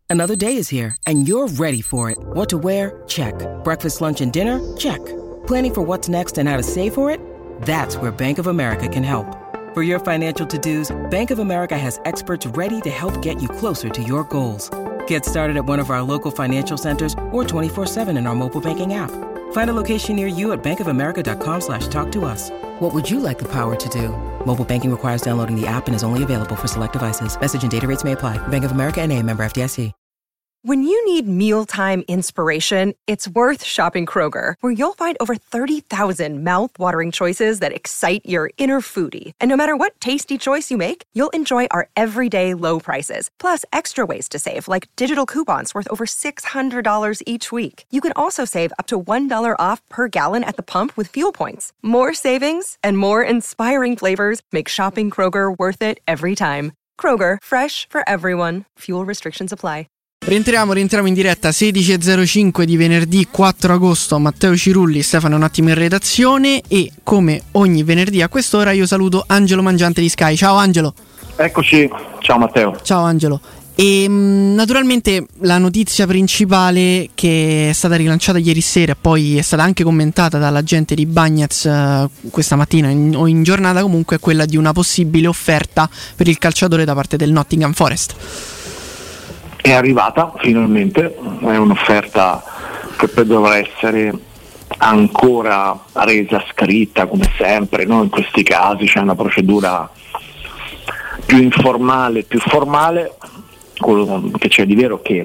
Another day is here, and you're ready for it. What to wear? Check. Breakfast, lunch, and dinner? Check. Planning for what's next and how to save for it? That's where Bank of America can help. For your financial to-dos, Bank of America has experts ready to help get you closer to your goals. Get started at one of our local financial centers or 24/7 in our mobile banking app. Find a location near you at bankofamerica.com/talktous. What would you like the power to do? Mobile banking requires downloading the app and is only available for select devices. Message and data rates may apply. Bank of America N.A., member FDIC. When you need mealtime inspiration, it's worth shopping Kroger, where you'll find over 30,000 mouth-watering choices that excite your inner foodie. And no matter what tasty choice you make, you'll enjoy our everyday low prices, plus extra ways to save, like digital coupons worth over $600 each week. You can also save up to $1 off per gallon at the pump with fuel points. More savings and more inspiring flavors make shopping Kroger worth it every time. Kroger, fresh for everyone. Fuel restrictions apply. Rientriamo in diretta 16.05 di venerdì 4 agosto. Matteo Cirulli, Stefano un attimo in redazione, e come ogni venerdì a quest'ora io saluto Angelo Mangiante di Sky. Ciao Angelo. Eccoci, ciao Matteo. Ciao Angelo. E naturalmente la notizia principale che è stata rilanciata ieri sera, poi è stata anche commentata dall'agente di Bagnez questa mattina o in giornata comunque, è quella di una possibile offerta per il calciatore da parte del Nottingham Forest. È arrivata finalmente, è un'offerta che poi dovrà essere ancora resa scritta come sempre, no? In questi casi c'è una procedura più informale, più formale. Quello che c'è di vero è che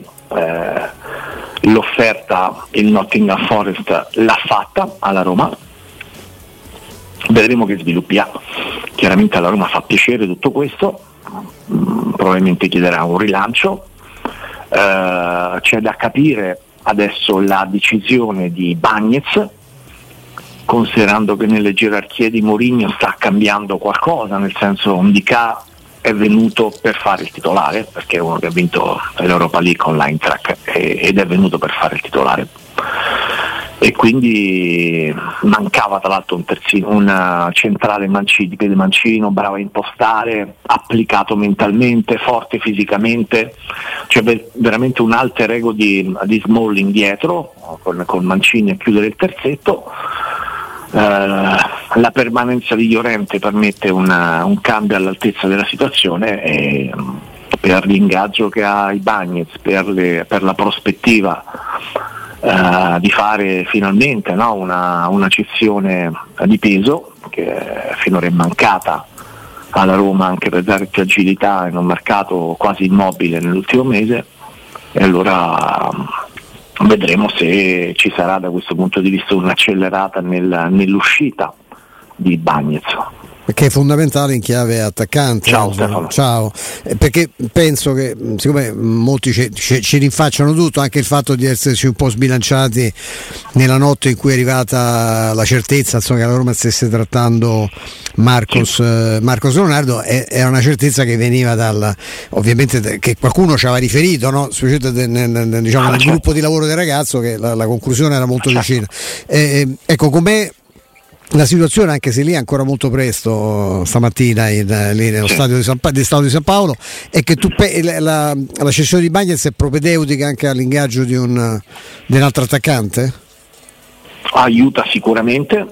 l'offerta il Nottingham Forest l'ha fatta alla Roma, vedremo che sviluppi ha. Chiaramente alla Roma fa piacere tutto questo, probabilmente chiederà un rilancio. C'è da capire adesso la decisione di Bagnez, considerando che nelle gerarchie di Mourinho sta cambiando qualcosa, nel senso Ndicà è venuto per fare il titolare, perché è uno che ha vinto l'Europa League con l'Eintracht ed è venuto per fare il titolare, e quindi mancava tra l'altro un centrale di piede mancino, bravo a impostare, applicato mentalmente, forte fisicamente, cioè veramente un alter ego di Smalling dietro, con Mancini a chiudere il terzetto. La permanenza di Llorente permette un cambio all'altezza della situazione, e per l'ingaggio che ha i Bagnez, per la prospettiva di fare finalmente, no, una cessione di peso che finora è mancata alla Roma, anche per dare più agilità in un mercato quasi immobile nell'ultimo mese, e allora vedremo se ci sarà da questo punto di vista un'accelerata nell'uscita di Bagnez, perché è fondamentale in chiave attaccante. Ciao Stefano. Ciao. Perché penso che, siccome molti ci rinfacciano tutto, anche il fatto di esserci un po' sbilanciati nella notte in cui è arrivata la certezza, insomma, che la Roma stesse trattando Marcos Leonardo, era una certezza che veniva ovviamente che qualcuno ci aveva riferito, no? Specialmente nel gruppo di lavoro del ragazzo, che la conclusione era molto vicina. Ecco, com'è la situazione, anche se lì è ancora molto presto stamattina lì nello stadio di San Paolo, è che la cessione di Bagnez è propedeutica anche all'ingaggio di un altro attaccante? Aiuta sicuramente.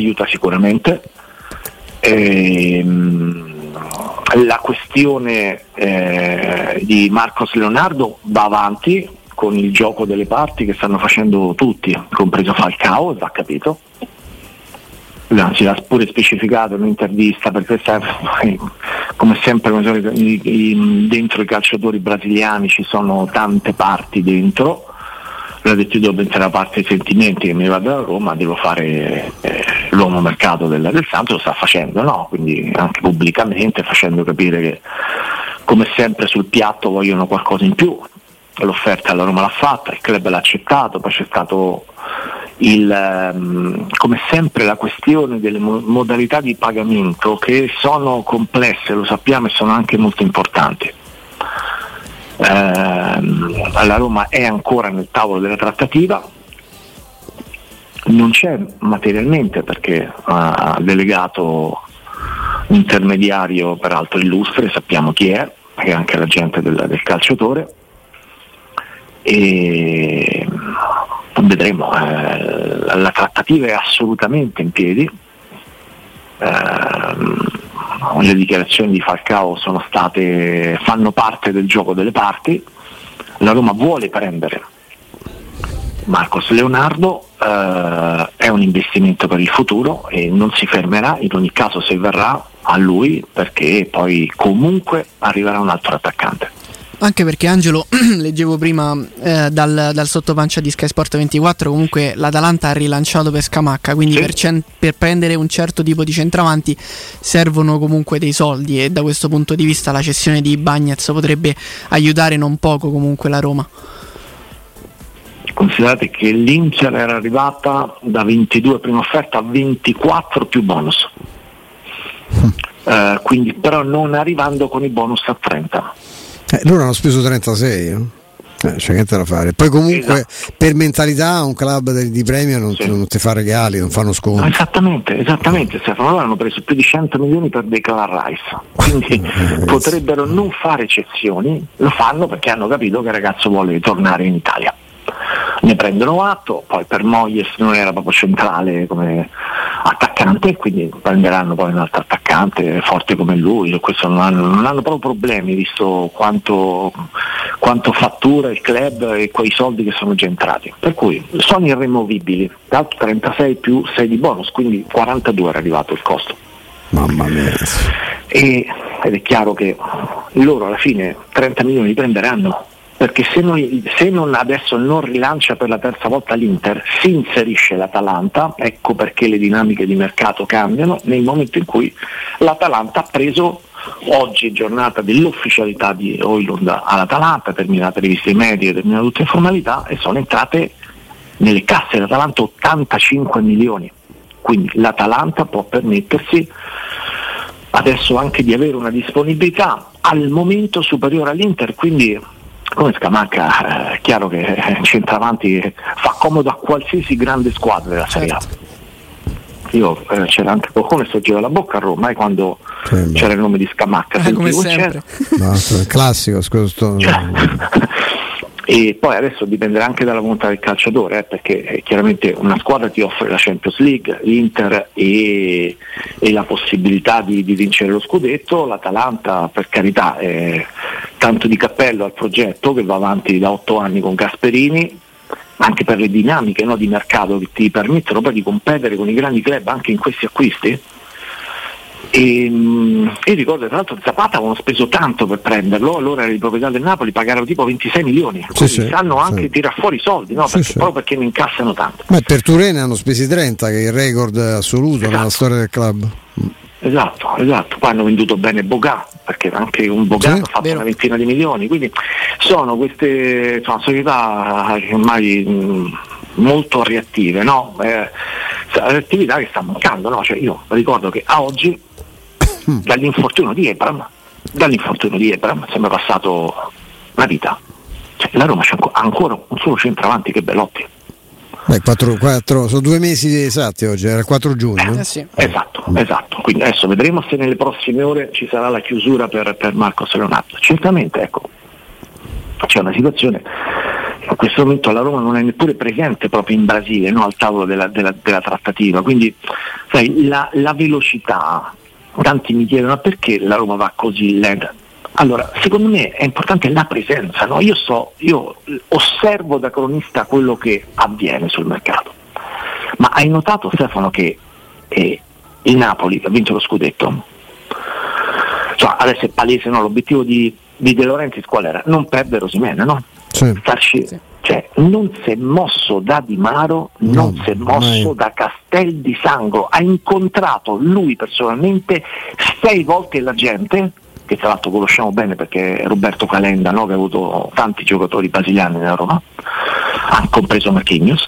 La questione di Marcos Leonardo va avanti con il gioco delle parti che stanno facendo tutti, compreso Falcao, va capito. Anzi, l'ha pure specificato in un'intervista, perché come sempre dentro i calciatori brasiliani ci sono tante parti dentro. L'ha detto: io devo pensare alla parte dei sentimenti, che mi vado da Roma, devo fare l'uomo mercato del Santos, lo sta facendo, no? Quindi anche pubblicamente, facendo capire che come sempre sul piatto vogliono qualcosa in più. L'offerta alla Roma l'ha fatta, il club l'ha accettato, poi c'è stato come sempre la questione delle modalità di pagamento, che sono complesse, lo sappiamo, e sono anche molto importanti. La Roma è ancora nel tavolo della trattativa, non c'è materialmente perché ha delegato un intermediario peraltro illustre, sappiamo chi è anche l'agente del calciatore, e vedremo. La trattativa è assolutamente in piedi. Le dichiarazioni di Falcao fanno parte del gioco delle parti. La Roma vuole prendere Marcos Leonardo, è un investimento per il futuro e non si fermerà in ogni caso se verrà a lui, perché poi comunque arriverà un altro attaccante. Anche perché, Angelo, leggevo prima dal sottopancia di Sky Sport 24, comunque l'Atalanta ha rilanciato per Scamacca, quindi sì, per prendere un certo tipo di centravanti servono comunque dei soldi, e da questo punto di vista la cessione di Bagnez potrebbe aiutare non poco comunque la Roma. Considerate che l'Inter era arrivata da 22 prima offerta a 24 più bonus, quindi però non arrivando con i bonus a 30. Loro hanno speso 36, no? C'è niente da fare. Poi comunque per mentalità un club di Premier non ti fa regali, non fanno sconti. No, esattamente Stefano, loro hanno preso più di 100 milioni per Declan Rice, quindi potrebbero non fare eccezioni, lo fanno perché hanno capito che il ragazzo vuole tornare in Italia. Ne prendono atto, poi per Moyes non era proprio centrale come attaccante, quindi prenderanno poi un altro attaccante forte come lui. Su questo non hanno proprio problemi, visto quanto fattura il club e quei soldi che sono già entrati, per cui sono irremovibili. L'altro 36 più 6 di bonus, quindi 42 era arrivato il costo. Mamma mia. Ed è chiaro che loro alla fine 30 milioni li prenderanno, perché se non adesso non rilancia per la terza volta l'Inter, si inserisce l'Atalanta. Ecco perché le dinamiche di mercato cambiano nel momento in cui l'Atalanta ha preso, oggi giornata dell'ufficialità di Højlund all'Atalanta, terminate le visite medie, terminate tutte le formalità, e sono entrate nelle casse dell'Atalanta 85 milioni, quindi l'Atalanta può permettersi adesso anche di avere una disponibilità al momento superiore all'Inter, quindi come Scamacca è chiaro che centravanti fa comodo a qualsiasi grande squadra della Serie A. Io c'era anche qualcuno che sorgeva la bocca a Roma quando c'era il nome di Scamacca, come sempre. No, classico, E poi adesso dipenderà anche dalla volontà del calciatore, perché chiaramente una squadra ti offre la Champions League, l'Inter e la possibilità di vincere lo scudetto. L'Atalanta, per carità, tanto di cappello al progetto che va avanti da 8 anni con Gasperini, anche per le dinamiche, no, di mercato che ti permettono poi di competere con i grandi club anche in questi acquisti. E ricordo tra l'altro Zapata avevano speso tanto per prenderlo, allora i proprietari del Napoli pagarono tipo 26 milioni, quindi sanno anche tirare fuori i soldi, no? Proprio perché ne incassano tanto. Ma per Touré ne hanno spesi 30, che è il record assoluto nella storia del club. Esatto, poi hanno venduto bene Boga, perché anche un Boga ha fatto una ventina di milioni, quindi sono queste società ormai molto reattive, no? L'attività che sta mancando, no? Cioè io ricordo che a oggi dall'infortunio di Ebram sembra passato una vita, cioè, la Roma c'è ancora un solo centravanti che è Belotti. 4 sono 2 mesi esatti oggi, era il 4 giugno. Sì. Esatto, quindi adesso vedremo se nelle prossime ore ci sarà la chiusura per Marcos Leonardo. Certamente, ecco, c'è una situazione, in questo momento la Roma non è neppure presente proprio in Brasile, no, al tavolo della trattativa, quindi sai, la velocità, tanti mi chiedono perché la Roma va così lenta. Allora, secondo me è importante la presenza, no? Io osservo da cronista quello che avviene sul mercato, ma hai notato, Stefano, che il Napoli ha vinto lo scudetto? Cioè, adesso è palese, no? L'obiettivo di De Laurentiis qual era? Non perdere Osimhen, no? Sì. Cioè, non si è mosso da Di Maro, non si è mosso da Castel di Sangro, ha incontrato lui personalmente 6 volte la gente, che tra l'altro conosciamo bene perché è Roberto Calenda, no? Che ha avuto tanti giocatori brasiliani nella Roma, ha compreso Marquinhos,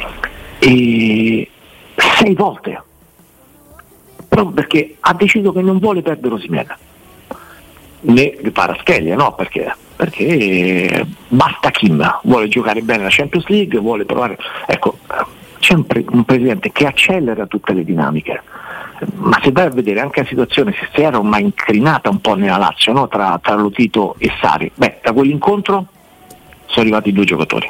e 6 volte, proprio perché ha deciso che non vuole perdere Osimhen né Kvaratskhelia, no? Perché basta Kim, vuole giocare bene la Champions League, vuole provare, ecco, c'è un presidente che accelera tutte le dinamiche, ma se vai a vedere anche la situazione, se si era ormai incrinata un po' nella Lazio, no? tra Lotito e Sarri, da quell'incontro sono arrivati 2 giocatori.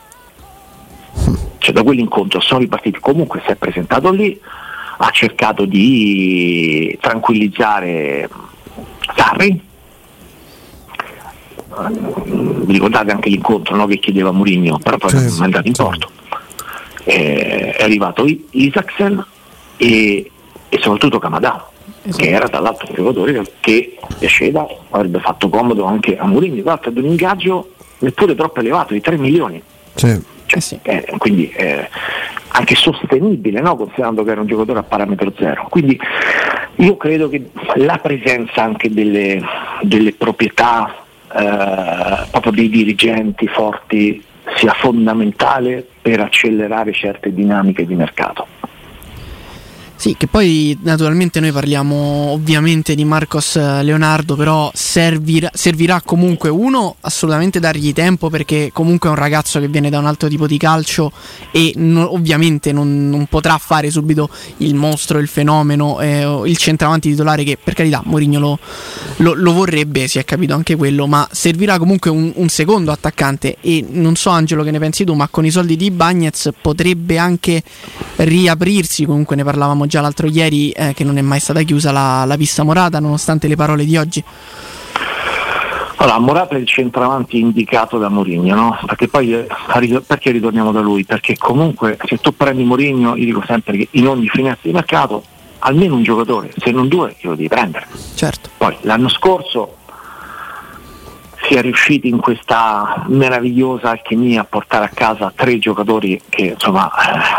Cioè da quell'incontro sono ripartiti, comunque si è presentato lì, ha cercato di tranquillizzare Sarri. Vi ricordate anche l'incontro, no, che chiedeva Mourinho, però poi è andato in porto. È arrivato Isaacsen e soprattutto Kamada, che era tra l'altro un giocatore che piaceva, avrebbe fatto comodo anche a Mourinho, tra l'altro ad un ingaggio neppure troppo elevato di 3 milioni. Quindi anche sostenibile, no? Considerando che era un giocatore a parametro zero. Quindi io credo che la presenza anche delle proprietà proprio dei dirigenti forti sia fondamentale per accelerare certe dinamiche di mercato. Sì, che poi naturalmente noi parliamo ovviamente di Marcos Leonardo, però servirà comunque assolutamente dargli tempo, perché comunque è un ragazzo che viene da un altro tipo di calcio e ovviamente non potrà fare subito il mostro, il fenomeno, il centravanti titolare che per carità Mourinho lo vorrebbe, si è capito anche quello, ma servirà comunque un secondo attaccante. E non so Angelo che ne pensi tu, ma con i soldi di Bagnez potrebbe anche riaprirsi, comunque ne parlavamo già l'altro ieri, che non è mai stata chiusa la pista Morata nonostante le parole di oggi. Allora, Morata è il centravanti indicato da Mourinho, no? Perché poi perché ritorniamo da lui? Perché comunque se tu prendi Mourinho, io dico sempre che in ogni finestra di mercato almeno un giocatore, se non 2, io lo devi prendere. Certo. Poi l'anno scorso si è riusciti in questa meravigliosa alchimia a portare a casa 3 giocatori che insomma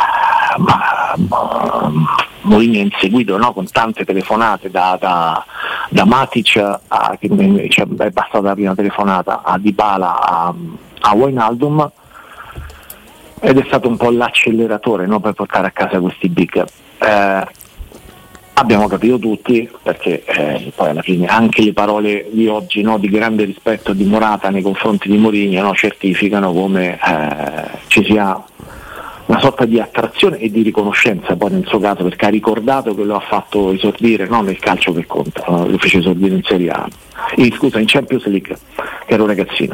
Mourinho è inseguito, no? Con tante telefonate da Matic che è bastata la prima telefonata, a Dybala, a Wijnaldum, ed è stato un po' l'acceleratore, no? Per portare a casa questi big. Abbiamo capito tutti, perché poi alla fine anche le parole di oggi, no, di grande rispetto di Morata nei confronti di Mourinho, no, certificano come ci sia una sorta di attrazione e di riconoscenza poi nel suo caso, perché ha ricordato che lo ha fatto esordire, non nel calcio che conta, no? Lo fece esordire in Serie A, in Champions League, che era un ragazzino.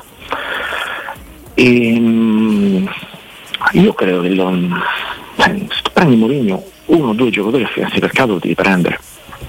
Io credo che se tu prendi Mourinho, 1 o 2 giocatori a finestra di mercato lo devi prendere.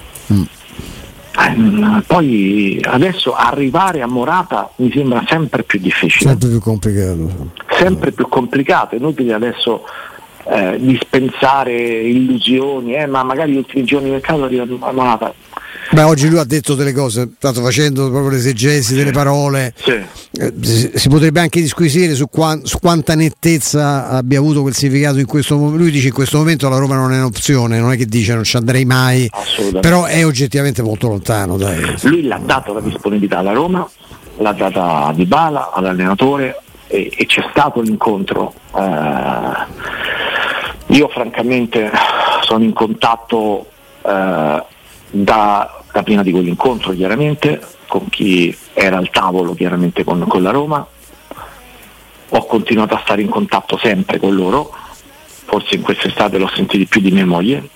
Poi adesso arrivare a Morata mi sembra sempre più difficile, sempre più complicato. È inutile adesso dispensare illusioni, ma magari gli ultimi giorni di mercato arriva a Morata. Beh, oggi lui ha detto delle cose, stato facendo proprio l'esegesi delle parole. Si potrebbe anche disquisire su quanta nettezza abbia avuto quel significato in questo momento. Lui dice in questo momento la Roma non è un'opzione, non è che dice non ci andrei mai, però è oggettivamente molto lontano, dai. Lui l'ha dato la disponibilità alla Roma, l'ha data a Dybala, all'allenatore, e c'è stato l'incontro. Io francamente sono in contatto da prima di quell'incontro, chiaramente con chi era al tavolo, chiaramente con la Roma. Ho continuato a stare in contatto sempre con loro, forse in quest'estate l'ho sentito più di mia moglie.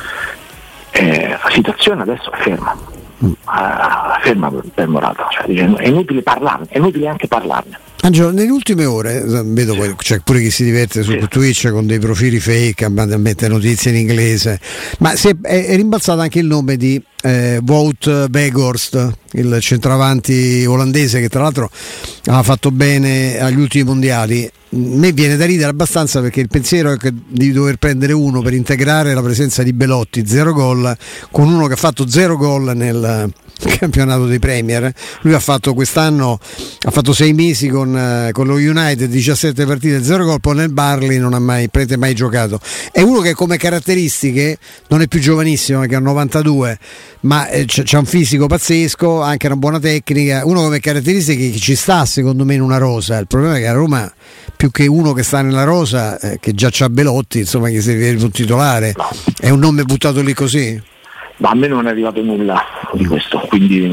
La situazione adesso è ferma per Morata, cioè, è inutile parlarne, è inutile anche parlarne. Angelo, nelle ultime ore vedo poi c'è pure chi si diverte su Twitch con dei profili fake a mettere notizie in inglese, ma è rimbalzato anche il nome di Wout Weghorst, il centravanti olandese che tra l'altro ha fatto bene agli ultimi mondiali. Me viene da ridere abbastanza, perché il pensiero è di dover prendere uno per integrare la presenza di Belotti, 0 gol, con uno che ha fatto 0 gol nel campionato dei Premier. Lui ha fatto quest'anno 6 mesi con lo United, 17 partite, 0 gol, poi nel Burnley non ha mai giocato. È uno che come caratteristiche non è più giovanissimo, perché ha 92, ma c'ha un fisico pazzesco, anche una buona tecnica. Uno come caratteristiche che ci sta secondo me in una rosa. Il problema è che a Roma, più che uno che sta nella rosa, che già c'ha Belotti, insomma, che serve un titolare, è un nome buttato lì così? Ma a me non è arrivato nulla di questo, quindi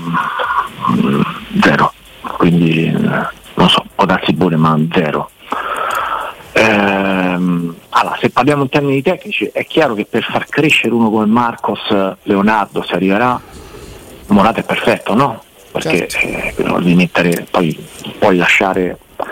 zero, quindi non so, può darsi pure, ma zero. Allora, se parliamo in termini tecnici, è chiaro che per far crescere uno come Marcos Leonardo, se arriverà, Morata è perfetto, no? Perché devi mettere, poi puoi lasciare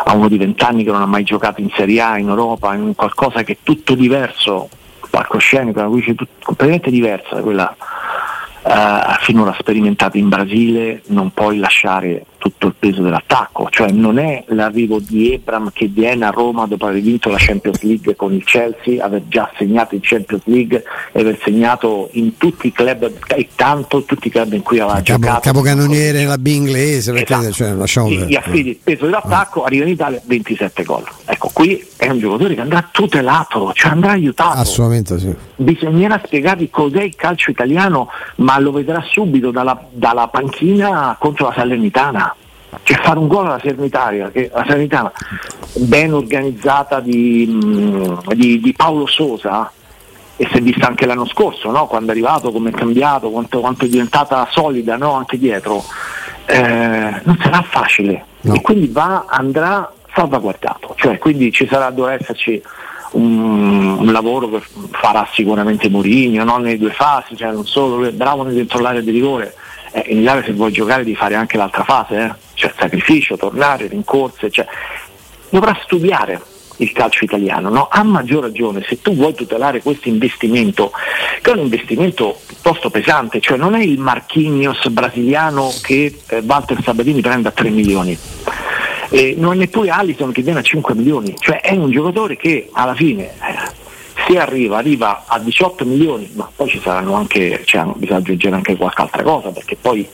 a uno di 20 anni che non ha mai giocato in Serie A, in Europa, in qualcosa che è tutto diverso, palcoscenico, una luce completamente diversa da quella finora sperimentata in Brasile. Non puoi lasciare tutto il peso dell'attacco, cioè non è l'arrivo di Ebram che viene a Roma dopo aver vinto la Champions League con il Chelsea, aver già segnato in Champions League e aver segnato in tutti i club e tanto tutti i club in cui aveva giocato, capocannoniere nella B inglese, esatto. Cioè, Gli affidi il peso dell'attacco, arriva in Italia 27 gol. Ecco, qui è un giocatore che andrà tutelato, cioè andrà aiutato. Assolutamente sì. Bisognerà spiegargli cos'è il calcio italiano, ma lo vedrà subito dalla panchina contro la Salernitana. Cioè fare un gol alla Salernitana ben organizzata di Paolo Sosa, e si è vista anche l'anno scorso, no? Quando è arrivato, come è cambiato, quanto è diventata solida, no? Anche dietro, non sarà facile, no. E quindi andrà salvaguardato, cioè quindi dovrà esserci un lavoro che farà sicuramente Mourinho, no? Nelle due fasi, cioè non solo lui è bravo nel dentro l'area di rigore, in Italia se vuoi giocare devi fare anche l'altra fase, cioè sacrificio, tornare, rincorse, cioè dovrà studiare il calcio italiano, no? A maggior ragione se tu vuoi tutelare questo investimento, che è un investimento piuttosto pesante, cioè non è il Marquinhos brasiliano che Walter Sabatini prende a 3 milioni, non è neppure Alisson che viene a 5 milioni, cioè è un giocatore che alla fine se arriva a 18 milioni, ma poi ci saranno anche, bisogna aggiungere anche qualche altra cosa, perché poi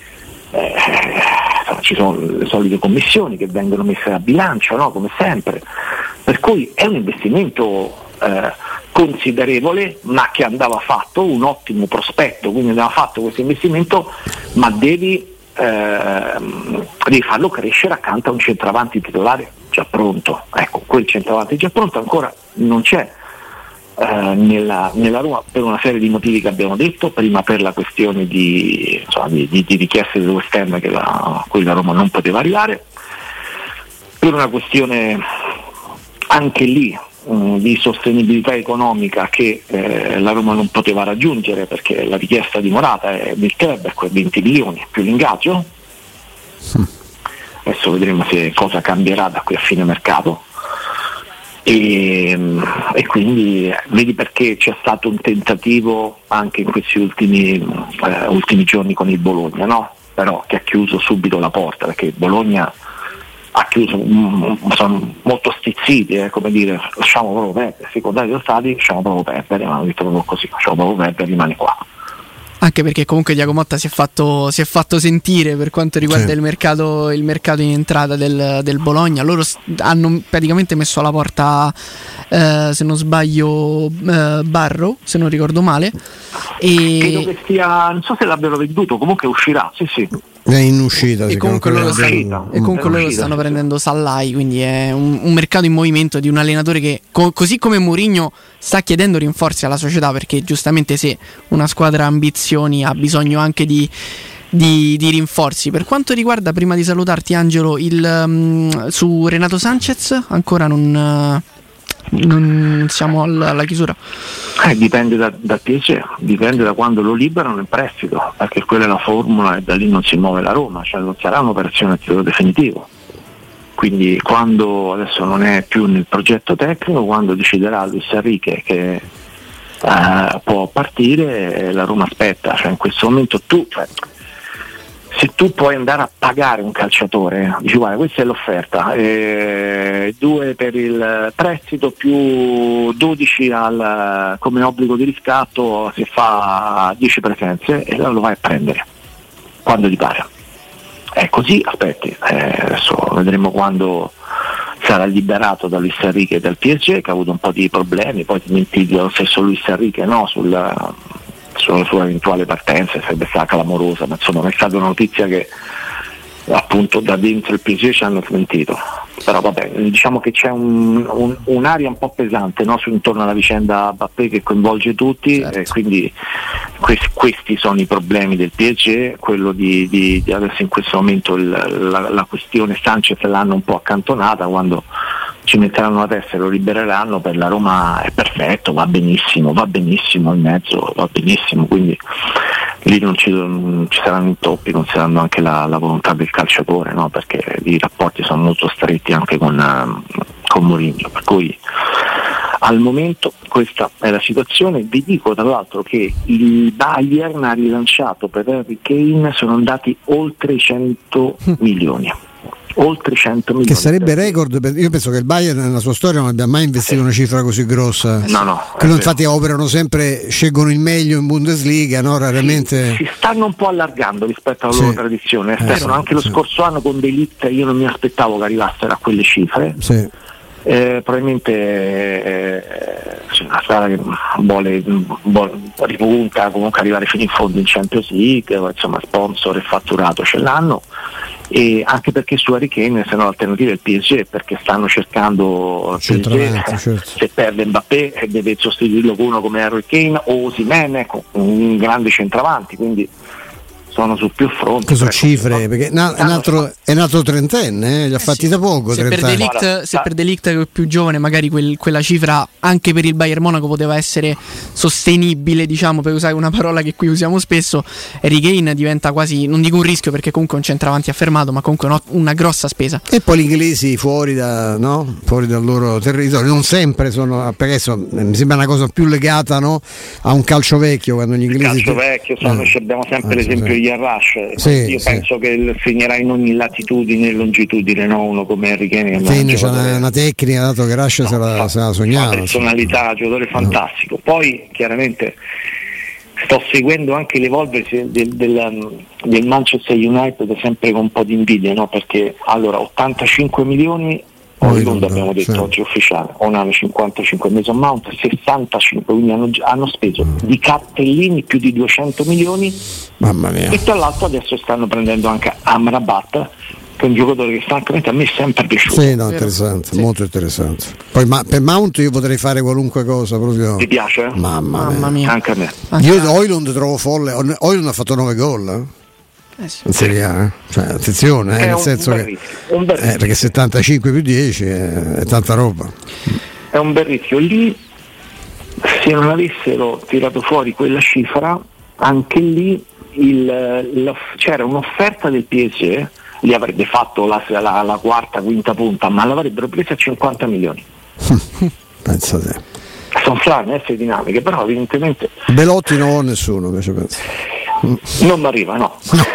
ci sono le solite commissioni che vengono messe a bilancio, no? Come sempre, per cui è un investimento considerevole, ma che andava fatto, un ottimo prospetto, quindi andava fatto questo investimento, ma devi farlo crescere accanto a un centravanti titolare già pronto. Ecco, quel centravanti già pronto ancora non c'è nella Roma, per una serie di motivi che abbiamo detto, prima per la questione di richieste dell'esterna cui la Roma non poteva arrivare, per una questione anche lì di sostenibilità economica che la Roma non poteva raggiungere, perché la richiesta di Morata è del club, è 20 milioni più l'ingaggio. Adesso vedremo se cosa cambierà da qui a fine mercato. E quindi vedi perché c'è stato un tentativo anche in questi ultimi giorni con il Bologna, no? Però che ha chiuso subito la porta, perché il Bologna ha chiuso, sono molto stizziti, come dire, lasciamo proprio perdere, secondario dello stadio, lasciamo proprio perdere, ma hanno detto proprio così, lasciamo proprio perdere, rimane qua. Anche perché comunque Diaco Motta si è fatto sentire per quanto riguarda il mercato in entrata del Bologna. Loro hanno praticamente messo alla porta, se non sbaglio, Barro, se non ricordo male. Credo che sia, non so se l'abbiano venduto, comunque uscirà, sì. È in uscita, e comunque loro stanno prendendo Sallai, quindi è un mercato in movimento di un allenatore che così come Mourinho sta chiedendo rinforzi alla società, perché giustamente se una squadra ha ambizioni ha bisogno anche di rinforzi. Per quanto riguarda, prima di salutarti Angelo, su Renato Sanchez ancora non siamo alla chiusura. Dipende dal PSG, dipende da quando lo liberano in prestito, perché quella è la formula e da lì non si muove la Roma, cioè non sarà un'operazione a titolo definitivo. Quindi quando adesso non è più nel progetto tecnico, quando deciderà Luis Enrique che può partire, la Roma aspetta, cioè in questo momento se tu puoi andare a pagare un calciatore, dici guarda, questa è l'offerta, 2 per il prestito più 12 come obbligo di riscatto, si fa 10 presenze e allora lo vai a prendere quando ti pare. È così, aspetti, adesso vedremo quando sarà liberato da Luis Enrique e dal PSG, che ha avuto un po' di problemi, poi ti dimentichi lo stesso Luis Enrique, no, sulla sua eventuale partenza, sarebbe stata clamorosa, ma insomma è stata una notizia che appunto da dentro il PSG ci hanno smentito. Però vabbè, diciamo che c'è un'aria un po' pesante, no, intorno alla vicenda Mbappé che coinvolge tutti, certo. E quindi questi sono i problemi del PSG, quello di adesso in questo momento la questione Sanchez l'hanno un po' accantonata, quando ci metteranno la testa e lo libereranno, per la Roma è perfetto, va benissimo in mezzo, va benissimo, quindi lì non ci saranno intoppi, considerando anche la volontà del calciatore, no? Perché i rapporti sono molto stretti anche con Mourinho, per cui al momento questa è la situazione. Vi dico tra l'altro che il Bayern ha rilanciato per Harry Kane, sono andati oltre i 100 milioni. Oltre 100 milioni. Che sarebbe record. Io penso che il Bayern nella sua storia non abbia mai investito una cifra così grossa. No. Quello infatti operano sempre, scelgono il meglio in Bundesliga, no? Raramente. Si stanno un po' allargando rispetto alla loro tradizione. Stefano, anche lo scorso anno con De Ligt io non mi aspettavo che arrivassero a quelle cifre. Sì. Probabilmente una squadra che vuole ripunta comunque arrivare fino in fondo in Champions League, insomma sponsor e fatturato ce l'hanno, e anche perché su Harry Kane se no l'alternativa è il PSG, perché stanno cercando certo. Se perde Mbappé deve sostituirlo con uno come Harry Kane o Osimhen, un grande centravanti, quindi sono su più fronti. Che sono cifre, perché è un altro trentenne, gli ha fatti da poco. Se per De Ligt che è più giovane, magari quella cifra anche per il Bayern Monaco poteva essere sostenibile, diciamo, per usare una parola che qui usiamo spesso. Harry Kane diventa quasi, non dico un rischio perché comunque è un centravanti affermato, ma comunque una grossa spesa. E poi gli inglesi fuori dal loro territorio non sempre sono, perché mi sembra una cosa più legata, no, a un calcio vecchio, quando gli inglesi abbiamo sempre l'esempio di Rush, io penso che segnerà in ogni latitudine e longitudine, no? Uno come Harry Kane c'è una tecnica, dato che Rush se la sognava, personalità, giocatore fantastico. Poi chiaramente sto seguendo anche l'evolversi del Manchester United sempre con un po' di invidia, no? Perché allora 85 milioni Oilund abbiamo detto oggi ufficiale, Onana 55, Mason Mount 65, quindi hanno speso di cartellini più di 200 milioni. Mamma mia. E tra l'altro adesso stanno prendendo anche Amrabat, che è un giocatore che francamente a me è sempre piaciuto. Sì, no, interessante, molto interessante. Poi per Mount io potrei fare qualunque cosa proprio. Ti piace? Mamma mia. Anche a me. Io Oilund trovo folle. Oilund ha fatto 9 gol. In Serie A, cioè, attenzione, nel senso che perché 75 più 10 è tanta roba. È un bel rischio. Lì, se non avessero tirato fuori quella cifra, anche lì c'era un'offerta del PSG, li avrebbe fatto la quarta, quinta punta, ma l'avrebbero presa a 50 milioni. Pensate. Sono strane essere dinamiche, però evidentemente Belotti non ho nessuno, invece penso. Non mi arriva, no.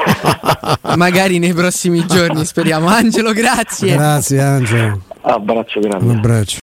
Magari nei prossimi giorni, speriamo. Angelo, grazie. Grazie Angelo. Abbraccio grande. Un abbraccio.